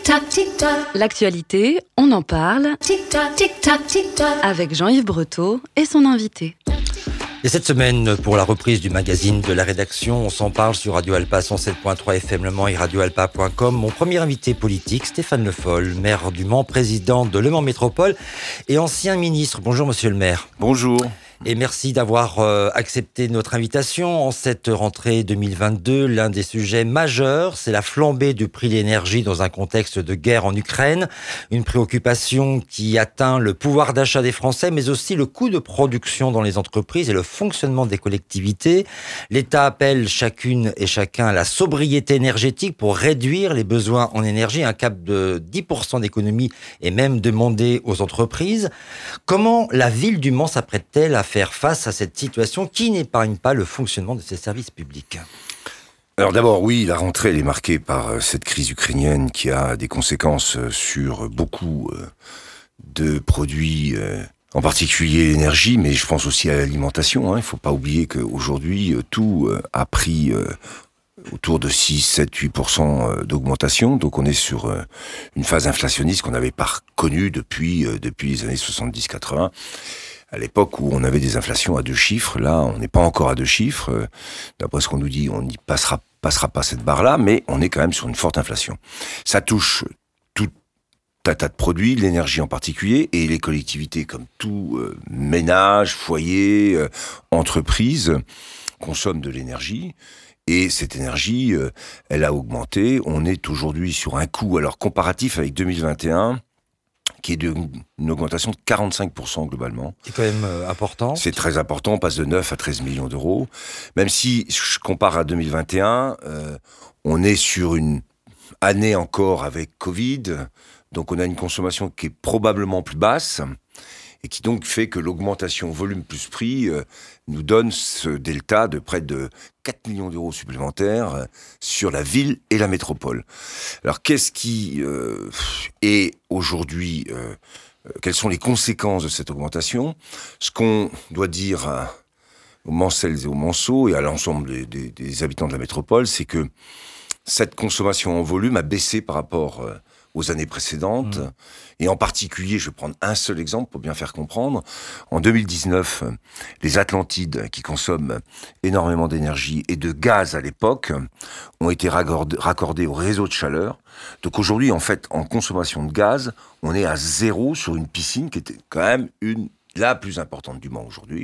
tic-tac, tic-tac. L'actualité, on en parle Tic-tac, tic-tac, tic-tac. avec Jean-Yves Breteau et son invité. Et cette semaine, pour la reprise du magazine de la rédaction, on s'en parle sur Radio Alpa 107.3 FM Le Mans et radioalpa.com. Mon premier invité politique, Stéphane Le Foll, maire du Mans, président de Le Mans Métropole et ancien ministre. Bonjour monsieur le maire. Bonjour. Et merci d'avoir accepté notre invitation. En cette rentrée 2022, l'un des sujets majeurs, c'est la flambée du prix de l'énergie dans un contexte de guerre en Ukraine. Une préoccupation qui atteint le pouvoir d'achat des Français, mais aussi le coût de production dans les entreprises et le fonctionnement des collectivités. L'État appelle chacune et chacun à la sobriété énergétique pour réduire les besoins en énergie. Un cap de 10% d'économie est même demandé aux entreprises. Comment la ville du Mans s'apprête-t-elle à faire face à cette situation qui n'épargne pas le fonctionnement de ses services publics? Alors d'abord, oui, la rentrée elle est marquée par cette crise ukrainienne qui a des conséquences sur beaucoup de produits, en particulier l'énergie, mais je pense aussi à l'alimentation. Il ne faut pas oublier qu'aujourd'hui, tout a pris autour de 6, 7, 8% d'augmentation. Donc on est sur une phase inflationniste qu'on n'avait pas connue depuis les années 70-80. À l'époque où on avait des inflations à 2 chiffres, là, on n'est pas encore à 2 chiffres. D'après ce qu'on nous dit, on n'y passera pas cette barre-là, mais on est quand même sur une forte inflation. Ça touche tout un tas de produits, l'énergie en particulier, et les collectivités, comme tout ménage, foyer, entreprise, consomment de l'énergie. Et cette énergie, elle a augmenté. On est aujourd'hui sur un coût, alors comparatif avec 2021, qui est d'une augmentation de 45% globalement. C'est quand même important. C'est très important, on passe de 9 à 13 millions d'euros. Même si je compare à 2021, on est sur une année encore avec Covid, donc on a une consommation qui est probablement plus basse, et qui donc fait que l'augmentation volume plus prix nous donne ce delta de près de 4 millions d'euros supplémentaires sur la ville et la métropole. Alors qu'est-ce qui est aujourd'hui, quelles sont les conséquences de cette augmentation? Ce qu'on doit dire aux Mancelles et aux Manceaux et à l'ensemble des habitants de la métropole, c'est que cette consommation en volume a baissé par rapport aux années précédentes. Et en particulier, je vais prendre un seul exemple pour bien faire comprendre. En 2019, les Atlantides, qui consomment énormément d'énergie et de gaz à l'époque, ont été raccordés au réseau de chaleur. Donc aujourd'hui, en fait, en consommation de gaz, on est à 0 sur une piscine qui était quand même la plus importante du Mans aujourd'hui.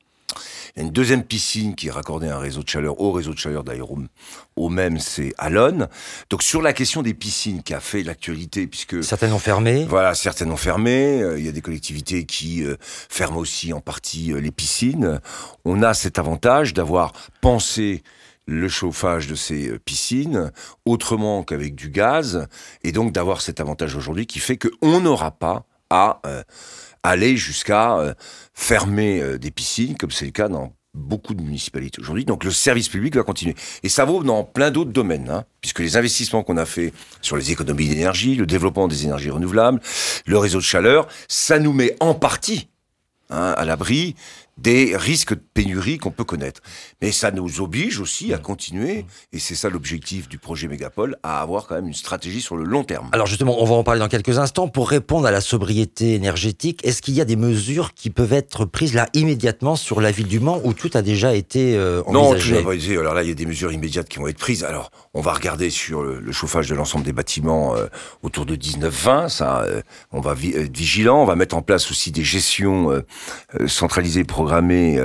Il y a une deuxième piscine qui est raccordée à un réseau de chaleur, au réseau de chaleur d'ailleurs, au même, c'est Allonne. Donc sur la question des piscines qui a fait l'actualité, puisque... Certaines ont fermé. Voilà, certaines ont fermé. Il y a des collectivités qui ferment aussi en partie les piscines. On a cet avantage d'avoir pensé le chauffage de ces piscines autrement qu'avec du gaz, et donc d'avoir cet avantage aujourd'hui qui fait qu'on n'aura pas à aller jusqu'à fermer des piscines, comme c'est le cas dans beaucoup de municipalités aujourd'hui. Donc le service public va continuer. Et ça vaut dans plein d'autres domaines, puisque les investissements qu'on a fait sur les économies d'énergie, le développement des énergies renouvelables, le réseau de chaleur, ça nous met en partie à l'abri des risques de pénurie qu'on peut connaître. Mais ça nous oblige aussi à continuer, et c'est ça l'objectif du projet Mégapole, à avoir quand même une stratégie sur le long terme. Alors justement, on va en parler dans quelques instants. Pour répondre à la sobriété énergétique, est-ce qu'il y a des mesures qui peuvent être prises là immédiatement sur la ville du Mans, où tout a déjà été envisagé? Non, tout n'a pas été. Alors là, il y a des mesures immédiates qui vont être prises. Alors, on va regarder sur le chauffage de l'ensemble des bâtiments autour de 19-20. Ça, on va être vigilant. On va mettre en place aussi des gestions centralisées, programmées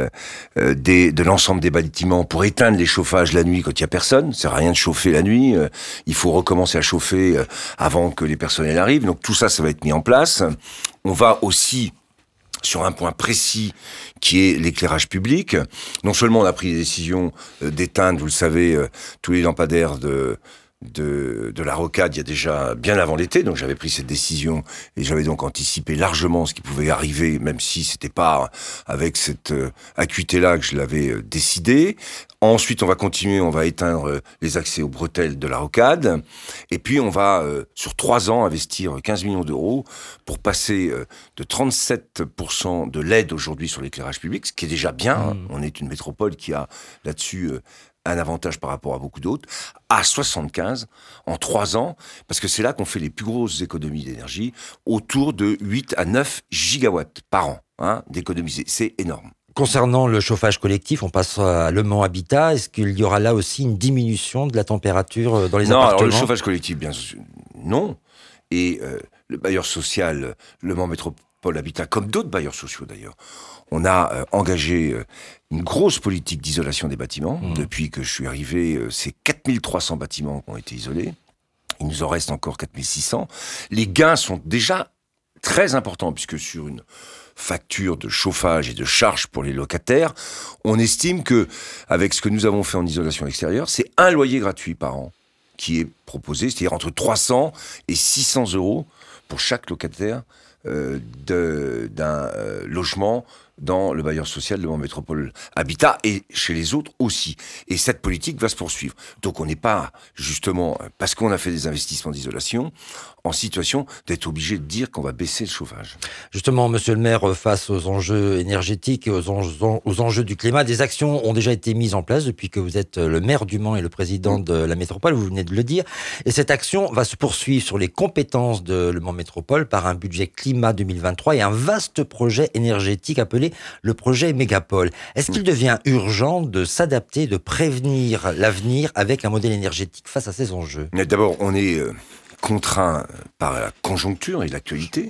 de l'ensemble des bâtiments pour éteindre les chauffages la nuit quand il y a personne. Ça sert à rien de chauffer la nuit. Il faut recommencer à chauffer avant que les personnels arrivent. Donc tout ça, ça va être mis en place. On va aussi sur un point précis qui est l'éclairage public. Non seulement on a pris les décisions d'éteindre, vous le savez, tous les lampadaires de la rocade il y a déjà bien avant l'été, donc j'avais pris cette décision et j'avais donc anticipé largement ce qui pouvait arriver, même si c'était pas avec cette acuité-là que je l'avais décidé. Ensuite, on va continuer, on va éteindre les accès aux bretelles de la rocade, et puis on va, sur 3 ans, investir 15 millions d'euros pour passer de 37% de l'aide aujourd'hui sur l'éclairage public, ce qui est déjà bien. On est une métropole qui a là-dessus un avantage par rapport à beaucoup d'autres, à 75 en 3 ans, parce que c'est là qu'on fait les plus grosses économies d'énergie, autour de 8 à 9 gigawatts par an d'économiser. C'est énorme. Concernant le chauffage collectif, on passe à Le Mans Habitat. Est-ce qu'il y aura là aussi une diminution de la température dans les appartements ? Non, alors le chauffage collectif, bien sûr, non. Et le bailleur social, Le Mans Métropole Habitat, comme d'autres bailleurs sociaux d'ailleurs, on a engagé une grosse politique d'isolation des bâtiments. Depuis que je suis arrivé, c'est 4300 bâtiments qui ont été isolés. Il nous en reste encore 4600. Les gains sont déjà très importants, puisque sur une facture de chauffage et de charges pour les locataires, on estime que, avec ce que nous avons fait en isolation extérieure, c'est un loyer gratuit par an qui est proposé, c'est-à-dire entre 300 et 600 euros pour chaque locataire d'un logement dans le bailleur social Le Mans Métropole Habitat et chez les autres aussi. Et cette politique va se poursuivre. Donc on n'est pas, justement, parce qu'on a fait des investissements d'isolation, en situation d'être obligé de dire qu'on va baisser le chauffage. Justement, monsieur le maire, face aux enjeux énergétiques et aux enjeux du climat, des actions ont déjà été mises en place depuis que vous êtes le maire du Mans et le président de la métropole, vous venez de le dire. Et cette action va se poursuivre sur les compétences de Le Mans Métropole par un budget climat 2023 et un vaste projet énergétique appelé le projet Mégapole. Est-ce qu'il devient urgent de s'adapter, de prévenir l'avenir avec un modèle énergétique face à ces enjeux ? Mais d'abord, on est contraint par la conjoncture et l'actualité.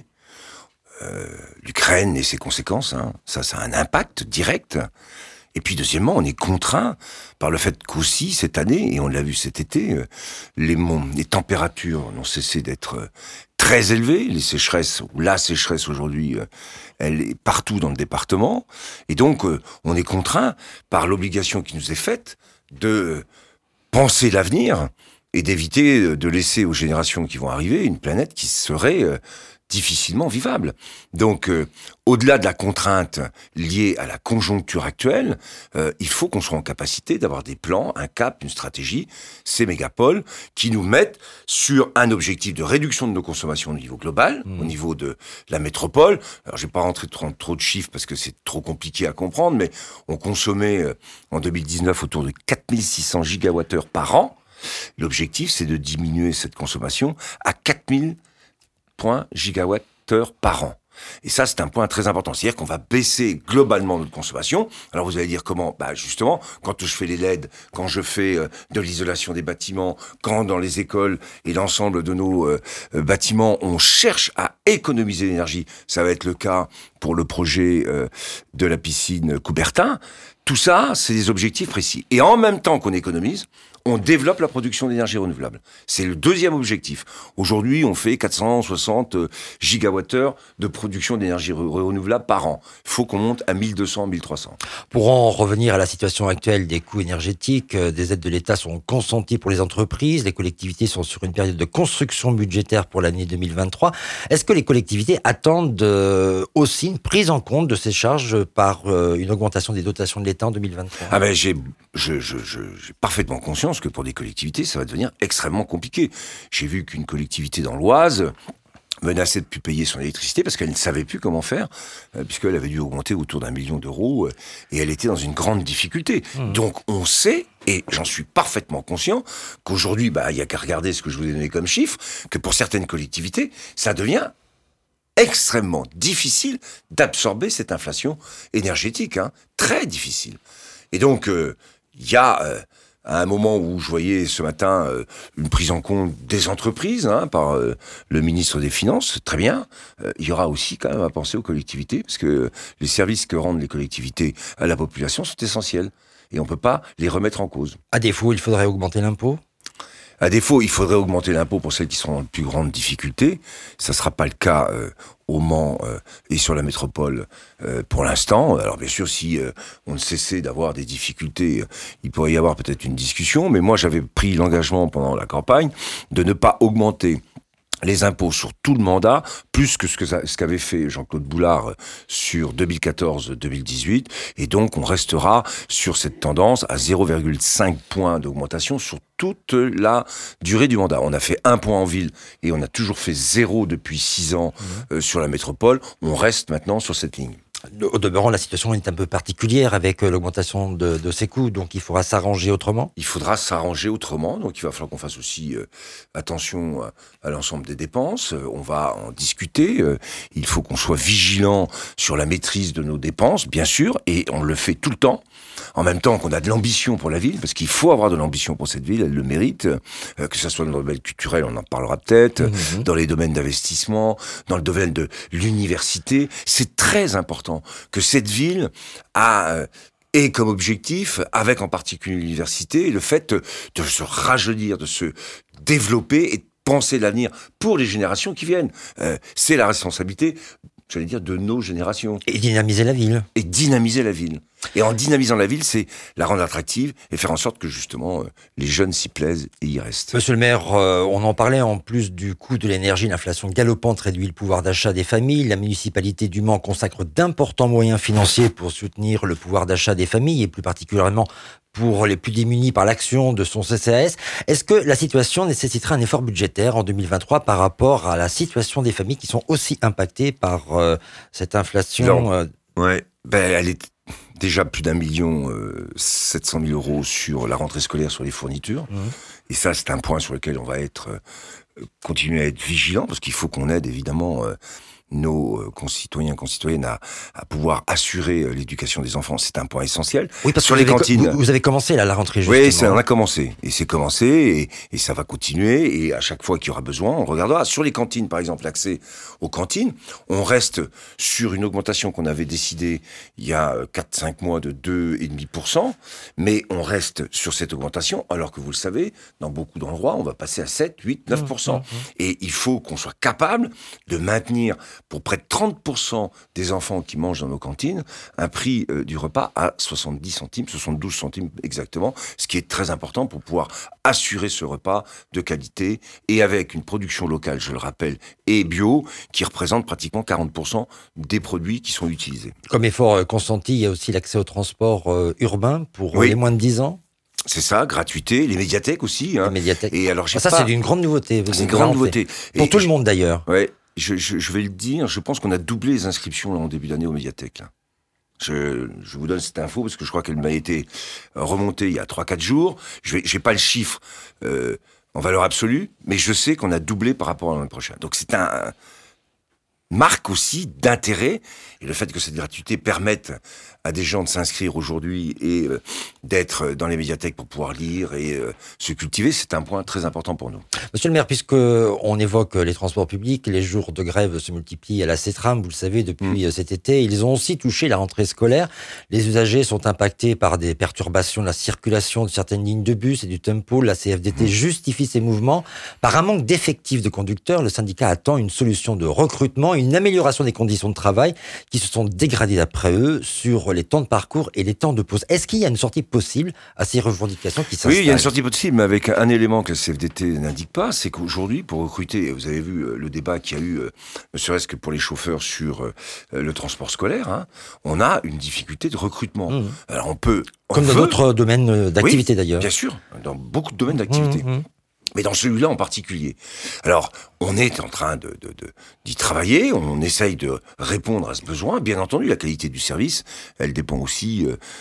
L'Ukraine et ses conséquences, ça a un impact direct. Et puis deuxièmement, on est contraint par le fait qu'aussi, cette année, et on l'a vu cet été, les températures n'ont cessé d'être très élevées. Les sécheresses, ou la sécheresse aujourd'hui, elle est partout dans le département. Et donc, on est contraint par l'obligation qui nous est faite de penser l'avenir et d'éviter de laisser aux générations qui vont arriver une planète qui serait difficilement vivable. Donc, au-delà de la contrainte liée à la conjoncture actuelle, il faut qu'on soit en capacité d'avoir des plans, un cap, une stratégie, ces mégapoles, qui nous mettent sur un objectif de réduction de nos consommations au niveau global, au niveau de la métropole. Alors, je vais pas rentrer trop de chiffres parce que c'est trop compliqué à comprendre, mais on consommait en 2019 autour de 4600 gigawattheures par an. L'objectif, c'est de diminuer cette consommation à 4000 gigawattheures par an. Et ça, c'est un point très important. C'est-à-dire qu'on va baisser globalement notre consommation. Alors vous allez dire comment ? Bah justement, quand je fais les LED, quand je fais de l'isolation des bâtiments, quand dans les écoles et l'ensemble de nos bâtiments, on cherche à économiser l'énergie. Ça va être le cas pour le projet de la piscine Coubertin. Tout ça, c'est des objectifs précis. Et en même temps qu'on économise, on développe la production d'énergie renouvelable. C'est le deuxième objectif. Aujourd'hui, on fait 460 gigawattheures de production d'énergie renouvelable par an. Il faut qu'on monte à 1200, 1300. Pour en revenir à la situation actuelle des coûts énergétiques, des aides de l'État sont consenties pour les entreprises. Les collectivités sont sur une période de construction budgétaire pour l'année 2023. Est-ce que les collectivités attendent aussi une prise en compte de ces charges par une augmentation des dotations de l'État en 2023 ? Ah ben j'ai parfaitement conscience que pour des collectivités, ça va devenir extrêmement compliqué. J'ai vu qu'une collectivité dans l'Oise menaçait de ne plus payer son électricité parce qu'elle ne savait plus comment faire, puisqu'elle avait dû augmenter autour d'1 million d'euros, et elle était dans une grande difficulté. Donc on sait, et j'en suis parfaitement conscient, qu'aujourd'hui, il n'y a qu'à regarder ce que je vous ai donné comme chiffre, que pour certaines collectivités, ça devient extrêmement difficile d'absorber cette inflation énergétique, très difficile. Et donc, il y a à un moment où je voyais ce matin une prise en compte des entreprises par le ministre des Finances, très bien, il y aura aussi quand même à penser aux collectivités, parce que les services que rendent les collectivités à la population sont essentiels, et on ne peut pas les remettre en cause. À défaut, il faudrait augmenter l'impôt ? À défaut, il faudrait augmenter l'impôt pour celles qui seront en plus grande difficulté. Ça ne sera pas le cas au Mans et sur la métropole pour l'instant. Alors bien sûr, si on ne cessait d'avoir des difficultés, il pourrait y avoir peut-être une discussion. Mais moi, j'avais pris l'engagement pendant la campagne de ne pas augmenter les impôts sur tout le mandat, plus que ce qu'avait fait Jean-Claude Boulard sur 2014-2018. Et donc, on restera sur cette tendance à 0,5 points d'augmentation sur toute la durée du mandat. On a fait 1 point en ville et on a toujours fait 0 depuis 6 ans sur la métropole. On reste maintenant sur cette ligne. Au demeurant, la situation est un peu particulière avec l'augmentation de ces coûts, donc il faudra s'arranger autrement. Il faudra s'arranger autrement, donc il va falloir qu'on fasse aussi attention à l'ensemble des dépenses. On va en discuter. Il faut qu'on soit vigilant sur la maîtrise de nos dépenses, bien sûr, et on le fait tout le temps. En même temps qu'on a de l'ambition pour la ville, parce qu'il faut avoir de l'ambition pour cette ville, elle le mérite, que ce soit dans le domaine culturel, on en parlera peut-être, dans les domaines d'investissement, dans le domaine de l'université. C'est très important que cette ville ait comme objectif, avec en particulier l'université, le fait de se rajeunir, de se développer et de penser l'avenir pour les générations qui viennent. C'est la responsabilité, j'allais dire, de nos générations. Et dynamiser la ville. Et dynamiser la ville. Et en dynamisant la ville, c'est la rendre attractive et faire en sorte que justement les jeunes s'y plaisent et y restent. Monsieur le maire, on en parlait, en plus du coût de l'énergie, l'inflation galopante réduit le pouvoir d'achat des familles. La municipalité du Mans consacre d'importants moyens financiers pour soutenir le pouvoir d'achat des familles et plus particulièrement pour les plus démunis par l'action de son CCAS. Est-ce que la situation nécessitera un effort budgétaire en 2023 par rapport à la situation des familles qui sont aussi impactées par cette inflation Ouais, elle est déjà plus d'1,7 million sur la rentrée scolaire sur les fournitures. Et ça, c'est un point sur lequel on va continuer à être vigilant, parce qu'il faut qu'on aide évidemment nos concitoyennes à pouvoir assurer l'éducation des enfants. C'est un point essentiel. Oui, parce sur que les cantines. Vous avez commencé là, la rentrée, justement. Oui, on a commencé. Et c'est commencé, et ça va continuer. Et à chaque fois qu'il y aura besoin, on regardera. Sur les cantines, par exemple, l'accès aux cantines, on reste sur une augmentation qu'on avait décidée il y a 4-5 mois de 2,5%. Mais on reste sur cette augmentation, alors que vous le savez, dans beaucoup d'endroits, on va passer à 7, 8, 9%. Et il faut qu'on soit capable de maintenir, pour près de 30% des enfants qui mangent dans nos cantines, un prix du repas à 70 centimes, 72 centimes exactement, ce qui est très important pour pouvoir assurer ce repas de qualité et avec une production locale, je le rappelle, et bio, qui représente pratiquement 40% des produits qui sont utilisés. Comme effort consenti, il y a aussi l'accès au transport urbain pour les moins de 10 ans. C'est ça, gratuité, les médiathèques aussi. Les médiathèques. Et alors, ça, c'est une grande nouveauté. C'est une grande nouveauté. Pour tout le monde, d'ailleurs. Ouais. Je vais le dire, je pense qu'on a doublé les inscriptions là, en début d'année aux médiathèques. Là. Je vous donne cette info parce que je crois qu'elle m'a été remontée il y a 3-4 jours. J'ai pas le chiffre en valeur absolue, mais je sais qu'on a doublé par rapport à l'année prochaine. Donc c'est un marque aussi d'intérêt, et le fait que cette gratuité permette à des gens de s'inscrire aujourd'hui et d'être dans les médiathèques pour pouvoir lire et se cultiver, c'est un point très important pour nous. Monsieur le maire, puisqu'on évoque les transports publics, les jours de grève se multiplient à la CETRAM, vous le savez, depuis cet été. Ils ont aussi touché la rentrée scolaire. Les usagers sont impactés par des perturbations de la circulation de certaines lignes de bus et du tempo. La CFDT justifie ces mouvements par un manque d'effectifs de conducteurs. Le syndicat attend une solution de recrutement, une amélioration des conditions de travail qui se sont dégradées d'après eux sur les temps de parcours et les temps de pause. Est-ce qu'il y a une sortie possible à ces revendications qui s'installent ? Oui, il y a une sortie possible, mais avec un élément que la CFDT n'indique pas, c'est qu'aujourd'hui, pour recruter, vous avez vu le débat qu'il y a eu, ne serait-ce que pour les chauffeurs sur le transport scolaire, on a une difficulté de recrutement. Alors Comme dans d'autres domaines d'activité, d'ailleurs. Bien sûr, dans beaucoup de domaines d'activité. Mais dans celui-là en particulier. Alors, on est en train d'y travailler, on essaye de répondre à ce besoin. Bien entendu, la qualité du service, elle dépend aussi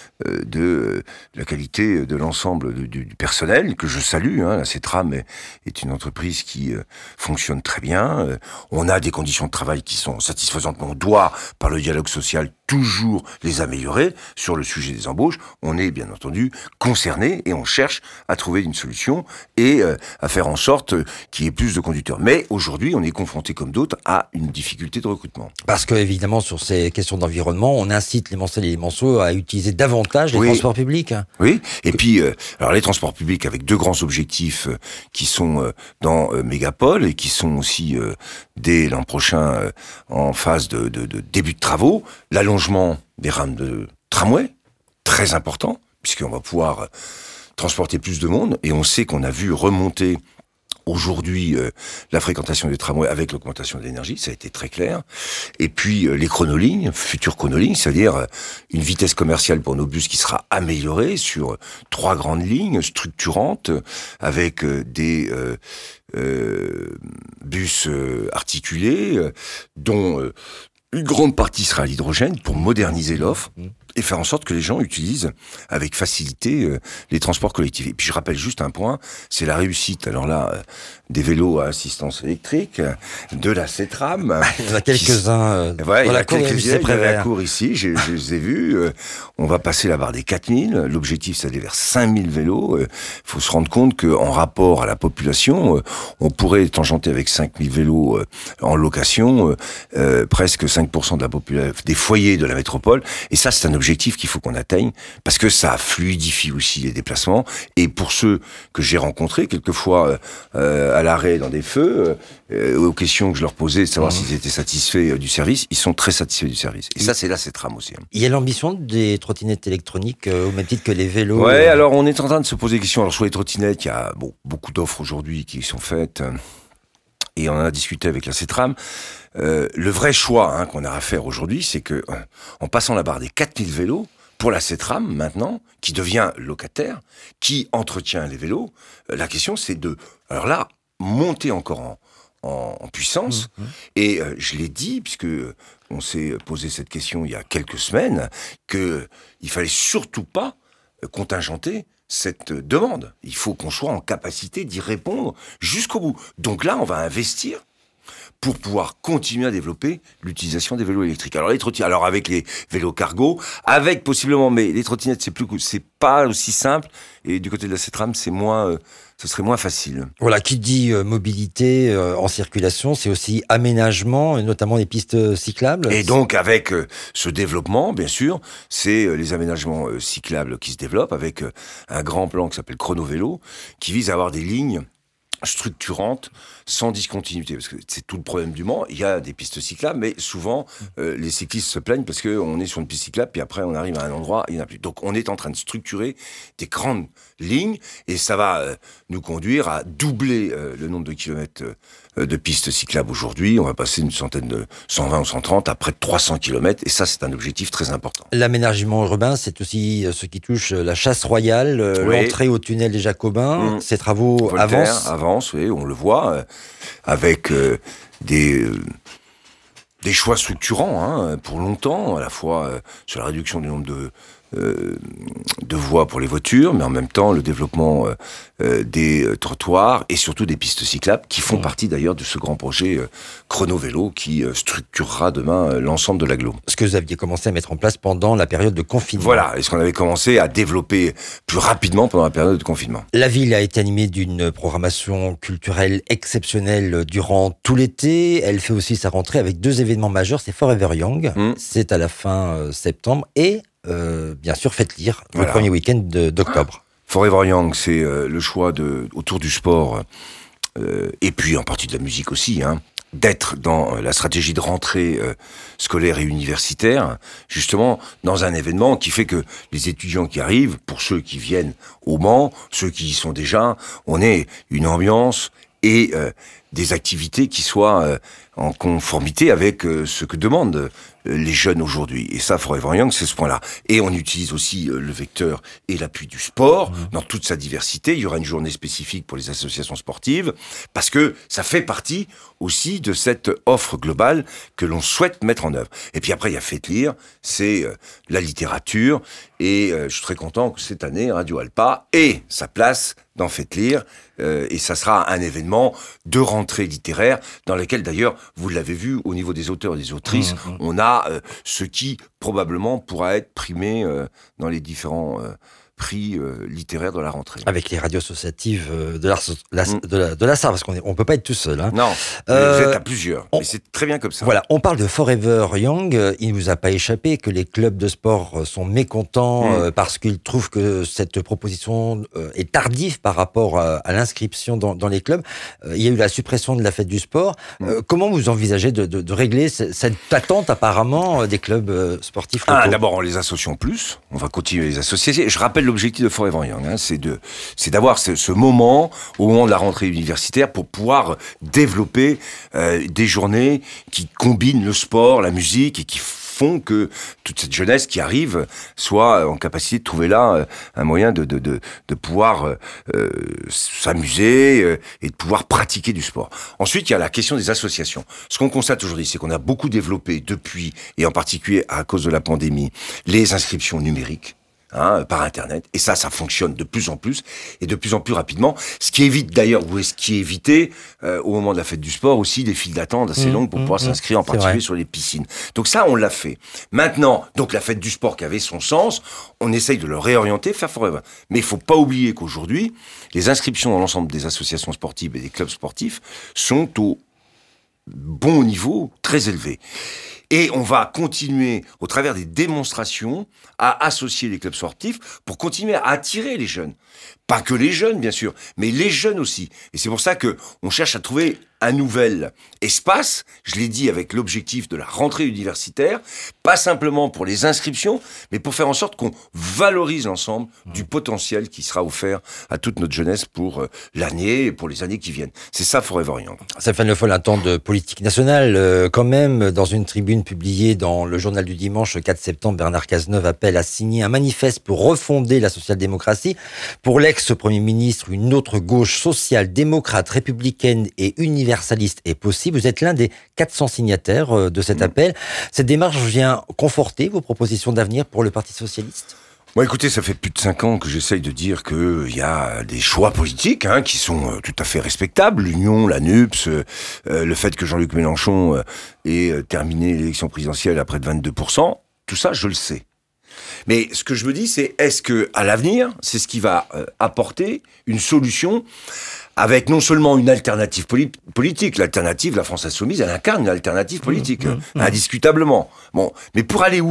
de la qualité de l'ensemble du personnel, que je salue. La CETRAM est une entreprise qui fonctionne très bien. On a des conditions de travail qui sont satisfaisantes, mais on doit, par le dialogue social, toujours les améliorer. Sur le sujet des embauches, on est bien entendu concerné et on cherche à trouver une solution et à faire en sorte qu'il y ait plus de conducteurs. Mais aujourd'hui, on est confronté comme d'autres à une difficulté de recrutement. Parce que évidemment, sur ces questions d'environnement, on incite les Mancelles et les Manceaux à utiliser davantage les transports publics. Oui, et puis alors les transports publics avec deux grands objectifs qui sont dans Mégapole et qui sont aussi dès l'an prochain en phase de début de travaux. L'allongement des rames de tramway, très important, puisqu'on va pouvoir transporter plus de monde, et on sait qu'on a vu remonter aujourd'hui la fréquentation des tramways avec l'augmentation de l'énergie, ça a été très clair. Et puis les chronolignes, futures chronolignes, c'est-à-dire une vitesse commerciale pour nos bus qui sera améliorée sur 3 grandes lignes structurantes avec des bus articulés dont Une grande partie sera à l'hydrogène pour moderniser l'offre et faire en sorte que les gens utilisent avec facilité les transports collectifs. Et puis je rappelle juste un point, c'est la réussite, alors là, des vélos à assistance électrique, de la CETRAM. Il y en a quelques-uns dans la cour de lycée Prévert. La cour ici, je les ai vus. On va passer la barre des 4000. L'objectif, c'est d'aller vers 5000 vélos. Il faut se rendre compte qu'en rapport à la population, on pourrait tangenter avec 5000 vélos en location, presque 5% de la population, des foyers de la métropole. Et ça, c'est un objectif qu'il faut qu'on atteigne parce que ça fluidifie aussi les déplacements. Et pour ceux que j'ai rencontrés, quelquefois à l'arrêt dans des feux, aux questions que je leur posais, de savoir s'ils étaient satisfaits du service, ils sont très satisfaits du service. Et ça, c'est là, c'est tram aussi. Il y a l'ambition des trottinettes électroniques au même titre que les vélos. Ouais, alors on est en train de se poser des questions. Alors sur les trottinettes, il y a beaucoup d'offres aujourd'hui qui sont faites. Et on en a discuté avec la CETRAM. Le vrai choix qu'on a à faire aujourd'hui, c'est que en passant la barre des 4000 vélos, pour la CETRAM maintenant, qui devient locataire, qui entretient les vélos, la question c'est de, alors là, monter encore en puissance. Et je l'ai dit, puisque on s'est posé cette question il y a quelques semaines, qu'il fallait surtout pas contingenter cette demande. Il faut qu'on soit en capacité d'y répondre jusqu'au bout. Donc là, on va investir pour pouvoir continuer à développer l'utilisation des vélos électriques. Alors les trottinettes, alors avec les vélos cargo, avec possiblement, mais les trottinettes c'est pas aussi simple. Et du côté de la CETRAM, ce serait moins facile. Voilà, qui dit mobilité en circulation, c'est aussi aménagement, et notamment les pistes cyclables. Et donc avec ce développement, bien sûr, c'est les aménagements cyclables qui se développent avec un grand plan qui s'appelle Chrono Vélo, qui vise à avoir des lignes structurante, sans discontinuité, parce que c'est tout le problème du Mans. Il y a des pistes cyclables, mais souvent les cyclistes se plaignent parce qu'on est sur une piste cyclable, puis après on arrive à un endroit, il n'y en a plus. Donc on est en train de structurer des grandes lignes, et ça va nous conduire à doubler le nombre de kilomètres de pistes cyclables aujourd'hui. On va passer une centaine de 120 ou 130 à près de 300 kilomètres, et ça c'est un objectif très important. L'aménagement urbain, c'est aussi ce qui touche la chasse royale, l'entrée au tunnel des Jacobins. Ces travaux Voltaire avance, oui, on le voit, avec des choix structurants pour longtemps, à la fois sur la réduction du nombre de voies pour les voitures, mais en même temps le développement des trottoirs et surtout des pistes cyclables qui font partie d'ailleurs de ce grand projet Chrono Vélo qui structurera demain l'ensemble de l'agglo. Ce que vous aviez commencé à mettre en place pendant la période de confinement. Voilà, et ce qu'on avait commencé à développer plus rapidement pendant la période de confinement. La ville a été animée d'une programmation culturelle exceptionnelle durant tout l'été. Elle fait aussi sa rentrée avec 2 événements majeurs, c'est Forever Young, c'est à la fin septembre, et bien sûr, faites lire le premier week-end d'octobre. Forever Young, c'est le choix autour du sport, et puis en partie de la musique aussi, d'être dans la stratégie de rentrée scolaire et universitaire, justement dans un événement qui fait que les étudiants qui arrivent, pour ceux qui viennent au Mans, ceux qui y sont déjà, on ait une ambiance et des activités qui soient en conformité avec ce que demandent les jeunes aujourd'hui. Et ça, Forever Young, c'est ce point-là. Et on utilise aussi le vecteur et l'appui du sport dans toute sa diversité. Il y aura une journée spécifique pour les associations sportives, parce que ça fait partie aussi de cette offre globale que l'on souhaite mettre en œuvre. Et puis après, il y a Faites lire, c'est la littérature, et je suis très content que cette année, Radio Alpa ait sa place dans Faites lire, et ça sera un événement de rentrée littéraire, dans lequel d'ailleurs, vous l'avez vu, au niveau des auteurs et des autrices, on a ce qui probablement pourra être primé dans les différents prix littéraires de la rentrée. Avec les radios associatives de la SAR, parce qu'on ne peut pas être tout seul. Non, vous êtes à plusieurs, mais c'est très bien comme ça. Voilà, on parle de Forever Young, il ne vous a pas échappé que les clubs de sport sont mécontents parce qu'ils trouvent que cette proposition est tardive par rapport à l'inscription dans les clubs. Il y a eu la suppression de la fête du sport. Comment vous envisagez de régler cette attente apparemment des clubs sportifs locaux ? D'abord, en les associant plus, on va continuer à les associer. Je rappelle l'objectif de Forever Young, c'est d'avoir ce moment, au moment de la rentrée universitaire, pour pouvoir développer des journées qui combinent le sport, la musique, et qui font que toute cette jeunesse qui arrive soit en capacité de trouver là un moyen de pouvoir s'amuser et de pouvoir pratiquer du sport. Ensuite, il y a la question des associations. Ce qu'on constate aujourd'hui, c'est qu'on a beaucoup développé depuis, et en particulier à cause de la pandémie, les inscriptions numériques. Par Internet. Et ça fonctionne de plus en plus et de plus en plus rapidement. Ce qui évite d'ailleurs, ou ce qui évitait au moment de la fête du sport aussi des files d'attente assez longues pour pouvoir s'inscrire en particulier sur les piscines. Donc ça, on l'a fait. Maintenant, donc la fête du sport qui avait son sens, on essaye de le réorienter, faire forever. Mais il faut pas oublier qu'aujourd'hui, les inscriptions dans l'ensemble des associations sportives et des clubs sportifs sont au bon niveau, très élevé. Et on va continuer, au travers des démonstrations, à associer les clubs sportifs pour continuer à attirer les jeunes. Pas que les jeunes, bien sûr, mais les jeunes aussi. Et c'est pour ça que on cherche à trouver un nouvel espace, je l'ai dit, avec l'objectif de la rentrée universitaire, pas simplement pour les inscriptions, mais pour faire en sorte qu'on valorise l'ensemble du potentiel qui sera offert à toute notre jeunesse pour l'année et pour les années qui viennent. C'est ça Forever Young. Stéphane Le Foll, un temps de politique nationale, quand même, dans une tribune publiée dans le journal du dimanche, le 4 septembre, Bernard Cazeneuve appelle à signer un manifeste pour refonder la social-démocratie. Pour l'ex-premier ministre, une autre gauche sociale, démocrate, républicaine et universaliste est possible. Vous êtes l'un des 400 signataires de cet appel. Cette démarche vient conforter vos propositions d'avenir pour le Parti socialiste ? Bon, écoutez, ça fait plus de 5 ans que j'essaye de dire qu'il y a des choix politiques qui sont tout à fait respectables. L'Union, la NUPS, le fait que Jean-Luc Mélenchon ait terminé l'élection présidentielle à près de 22%, tout ça, je le sais. Mais ce que je me dis, c'est est-ce que à l'avenir, c'est ce qui va apporter une solution avec non seulement une alternative politique, l'alternative, la France Insoumise, elle incarne une alternative politique, indiscutablement. Bon, mais pour aller où ?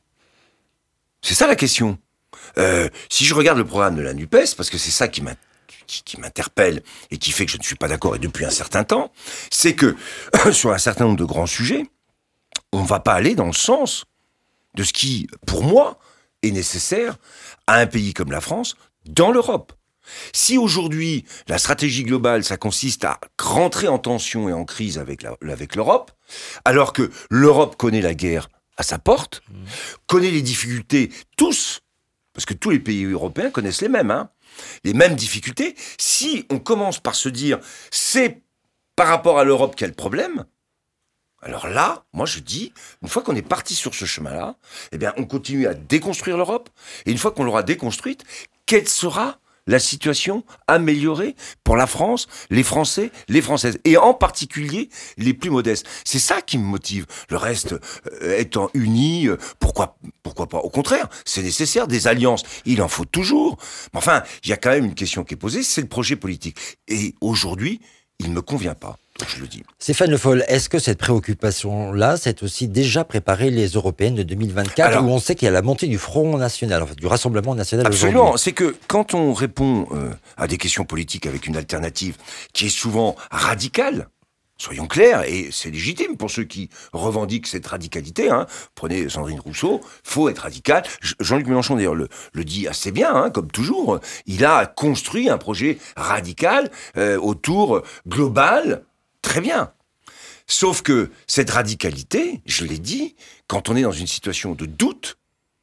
C'est ça la question. Si je regarde le programme de la NUPES, parce que c'est ça qui m'interpelle et qui fait que je ne suis pas d'accord et depuis un certain temps, c'est que sur un certain nombre de grands sujets, on ne va pas aller dans le sens de ce qui, pour moi, est nécessaire à un pays comme la France dans l'Europe. Si aujourd'hui, la stratégie globale, ça consiste à rentrer en tension et en crise avec l'Europe, alors que l'Europe connaît la guerre à sa porte, connaît les difficultés, tous, parce que tous les pays européens connaissent les mêmes difficultés, si on commence par se dire, c'est par rapport à l'Europe qu'il y a le problème, alors là, moi je dis, une fois qu'on est parti sur ce chemin-là, eh bien on continue à déconstruire l'Europe, et une fois qu'on l'aura déconstruite, quelle sera la situation améliorée pour la France, les Français, les Françaises, et en particulier les plus modestes. C'est ça qui me motive. Le reste, étant unis, pourquoi pas ? Au contraire, c'est nécessaire, des alliances, il en faut toujours. Mais enfin, il y a quand même une question qui est posée, c'est le projet politique. Et aujourd'hui, il ne me convient pas. Je le dis. Stéphane Le Foll, est-ce que cette préoccupation-là, c'est aussi déjà préparé les européennes de 2024, alors, où on sait qu'il y a la montée du Front National, en fait, du Rassemblement National absolument, aujourd'hui. C'est que quand on répond à des questions politiques avec une alternative qui est souvent radicale, soyons clairs, et c'est légitime pour ceux qui revendiquent cette radicalité. Prenez Sandrine Rousseau, faut être radical. Jean-Luc Mélenchon, d'ailleurs, le dit assez bien, comme toujours. Il a construit un projet radical autour global. Très bien. Sauf que cette radicalité, je l'ai dit, quand on est dans une situation de doute,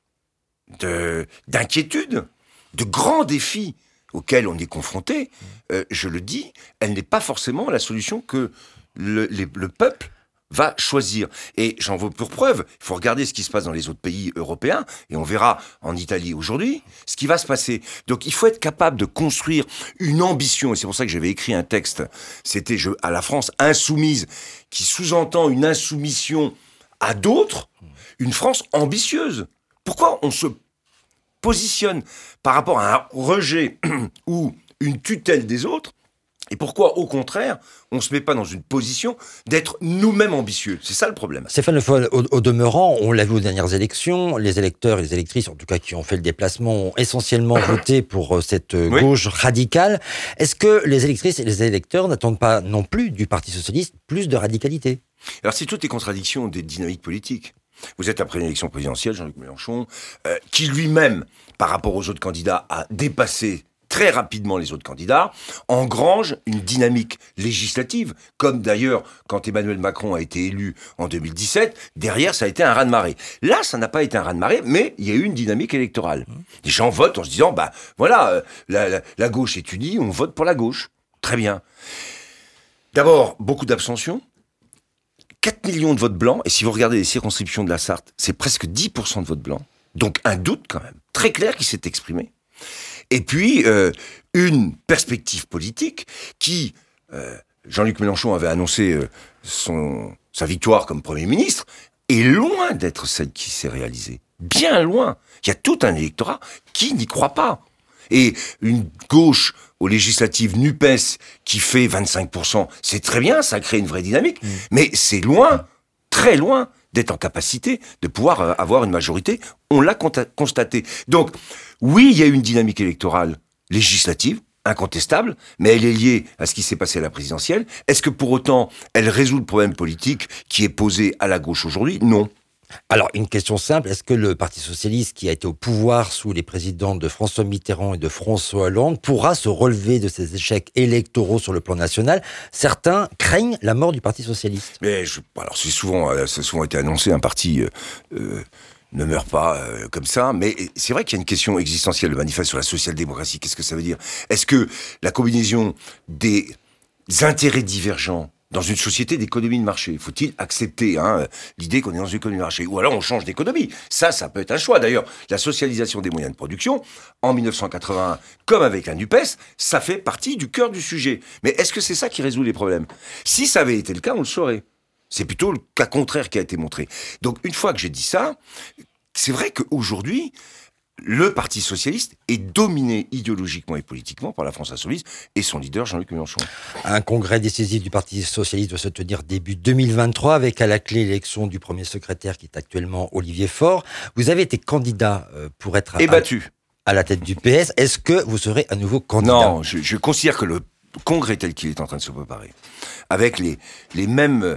d'inquiétude, de grands défis auxquels on est confronté, je le dis, elle n'est pas forcément la solution que le peuple va choisir. Et j'en veux pour preuve, il faut regarder ce qui se passe dans les autres pays européens, et on verra en Italie aujourd'hui ce qui va se passer. Donc il faut être capable de construire une ambition, et c'est pour ça que j'avais écrit un texte, c'était à la France insoumise, qui sous-entend une insoumission à d'autres, une France ambitieuse. Pourquoi on se positionne par rapport à un rejet ou une tutelle des autres? Et pourquoi, au contraire, on ne se met pas dans une position d'être nous-mêmes ambitieux? C'est ça le problème. Stéphane Le Foll, au demeurant, on l'a vu aux dernières élections, les électeurs et les électrices, en tout cas qui ont fait le déplacement, ont essentiellement voté pour cette gauche radicale. Est-ce que les électrices et les électeurs n'attendent pas non plus du Parti socialiste plus de radicalité? Alors c'est toutes les contradictions des dynamiques politiques. Vous êtes après une élection présidentielle, Jean-Luc Mélenchon, qui lui-même, par rapport aux autres candidats, a dépassé très rapidement les autres candidats, engrange une dynamique législative, comme d'ailleurs quand Emmanuel Macron a été élu en 2017, derrière ça a été un raz-de-marée. Là, ça n'a pas été un raz-de-marée, mais il y a eu une dynamique électorale. Les gens votent en se disant, la gauche est unie, on vote pour la gauche. Très bien. D'abord, beaucoup d'abstention, 4 millions de votes blancs, et si vous regardez les circonscriptions de la Sarthe, c'est presque 10% de votes blancs, donc un doute quand même, très clair qui s'est exprimé. Et puis, une perspective politique qui, Jean-Luc Mélenchon avait annoncé sa victoire comme Premier ministre, est loin d'être celle qui s'est réalisée. Bien loin. Il y a tout un électorat qui n'y croit pas. Et une gauche aux législatives NUPES qui fait 25%, c'est très bien, ça crée une vraie dynamique, mais c'est loin, très loin, d'être en capacité de pouvoir avoir une majorité. On l'a constaté. Donc, oui, il y a une dynamique électorale législative, incontestable, mais elle est liée à ce qui s'est passé à la présidentielle. Est-ce que pour autant, elle résout le problème politique qui est posé à la gauche aujourd'hui ? Non. Alors, une question simple, est-ce que le Parti socialiste qui a été au pouvoir sous les présidents de François Mitterrand et de François Hollande pourra se relever de ces échecs électoraux sur le plan national ? Certains craignent la mort du Parti socialiste. Mais alors ça a souvent été annoncé, un parti ne meurt pas comme ça, mais c'est vrai qu'il y a une question existentielle, le manifeste sur la social-démocratie, qu'est-ce que ça veut dire ? Est-ce que la combinaison des intérêts divergents dans une société d'économie de marché, faut-il accepter l'idée qu'on est dans une économie de marché ? Ou alors on change d'économie. Ça peut être un choix. D'ailleurs, la socialisation des moyens de production, en 1981, comme avec la NUPES, ça fait partie du cœur du sujet. Mais est-ce que c'est ça qui résout les problèmes ? Si ça avait été le cas, on le saurait. C'est plutôt le cas contraire qui a été montré. Donc une fois que j'ai dit ça, c'est vrai qu'aujourd'hui, le Parti socialiste est dominé idéologiquement et politiquement par la France insoumise et son leader Jean-Luc Mélenchon. Un congrès décisif du Parti socialiste doit se tenir début 2023 avec à la clé l'élection du premier secrétaire qui est actuellement Olivier Faure. Vous avez été candidat pour être battu à la tête du PS. Est-ce que vous serez à nouveau candidat ? Non, je considère que le congrès tel qu'il est en train de se préparer, avec les mêmes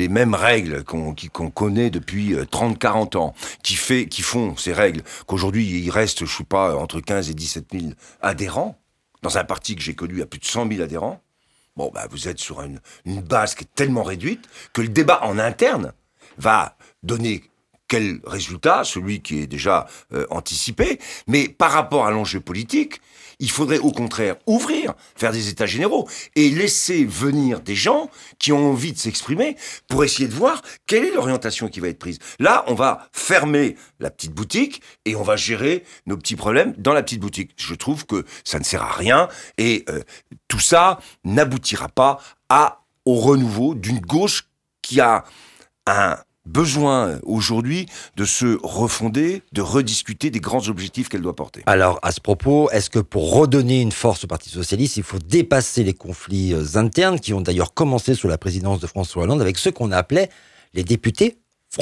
règles qu'on connaît depuis 30-40 ans, qui font ces règles, qu'aujourd'hui il reste, je sais pas, entre 15 et 17 000 adhérents, dans un parti que j'ai connu à plus de 100 000 adhérents, vous êtes sur une base qui est tellement réduite que le débat en interne va donner quel résultat, celui qui est déjà anticipé, mais par rapport à l'enjeu politique, il faudrait au contraire ouvrir, faire des états généraux et laisser venir des gens qui ont envie de s'exprimer pour essayer de voir quelle est l'orientation qui va être prise. Là, on va fermer la petite boutique et on va gérer nos petits problèmes dans la petite boutique. Je trouve que ça ne sert à rien et tout ça n'aboutira pas au renouveau d'une gauche qui a un besoin aujourd'hui de se refonder, de rediscuter des grands objectifs qu'elle doit porter. Alors, à ce propos, est-ce que pour redonner une force au Parti socialiste, il faut dépasser les conflits internes qui ont d'ailleurs commencé sous la présidence de François Hollande avec ceux qu'on appelait les députés frondeurs ?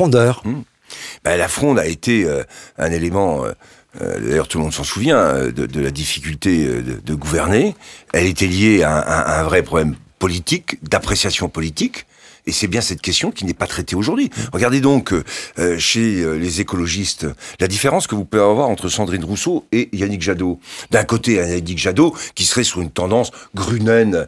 La fronde a été un élément... d'ailleurs, tout le monde s'en souvient de la difficulté de gouverner. Elle était liée à un vrai problème politique, d'appréciation politique. Et c'est bien cette question qui n'est pas traitée aujourd'hui. Regardez donc chez les écologistes la différence que vous pouvez avoir entre Sandrine Rousseau et Yannick Jadot. D'un côté, un Yannick Jadot qui serait sur une tendance Grünen,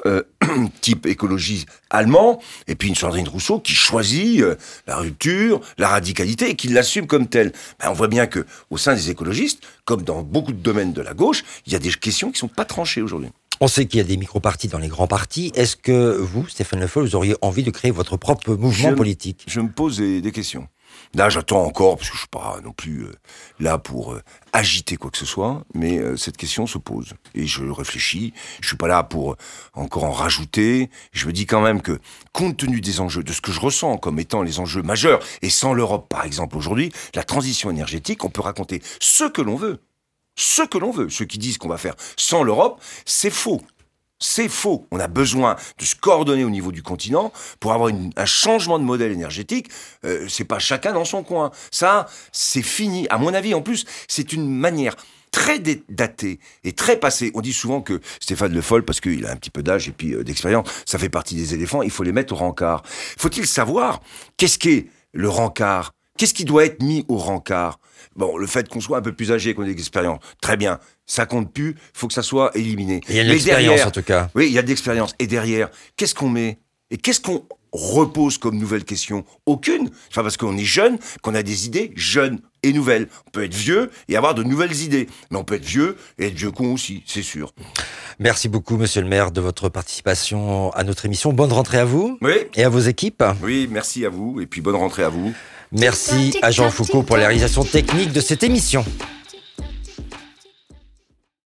type écologie allemand, et puis une Sandrine Rousseau qui choisit la rupture, la radicalité, et qui l'assume comme telle. On voit bien que au sein des écologistes, comme dans beaucoup de domaines de la gauche, il y a des questions qui sont pas tranchées aujourd'hui. On sait qu'il y a des micro-partis dans les grands partis. Est-ce que vous, Stéphane Le Foll, vous auriez envie de créer votre propre mouvement politique ? Je me pose des questions. Là, j'attends encore, parce que je suis pas non plus là pour agiter quoi que ce soit, mais cette question se pose. Et je réfléchis, je suis pas là pour encore en rajouter. Je me dis quand même que, compte tenu des enjeux, de ce que je ressens comme étant les enjeux majeurs, et sans l'Europe, par exemple, aujourd'hui, la transition énergétique, on peut raconter ce que l'on veut. Ce que l'on veut. Ceux qui disent qu'on va faire sans l'Europe, c'est faux. C'est faux. On a besoin de se coordonner au niveau du continent pour avoir un changement de modèle énergétique. C'est pas chacun dans son coin. Ça, c'est fini. À mon avis, en plus, c'est une manière très datée et très passée. On dit souvent que Stéphane Le Foll, parce qu'il a un petit peu d'âge et puis d'expérience, ça fait partie des éléphants, il faut les mettre au rencard. Faut-il savoir qu'est-ce qu'est le rencard ? Qu'est-ce qui doit être mis au rencard ? Bon, le fait qu'on soit un peu plus âgé, qu'on ait de l'expérience, très bien, ça compte plus, il faut que ça soit éliminé. Il y a une Mais expérience derrière, en tout cas. oui, il y a de l'expérience. Et derrière, qu'est-ce qu'on met ? Et qu'est-ce qu'on repose comme nouvelle question ? Aucune. C'est pas parce qu'on est jeune qu'on a des idées jeunes et nouvelles. On peut être vieux et avoir de nouvelles idées. Mais on peut être vieux et être vieux con aussi, c'est sûr. Merci beaucoup, monsieur le maire, de votre participation à notre émission. Bonne rentrée à vous Oui, et à vos équipes. oui, merci à vous et puis bonne rentrée à vous. Merci à Jean Foucault pour la réalisation technique de cette émission.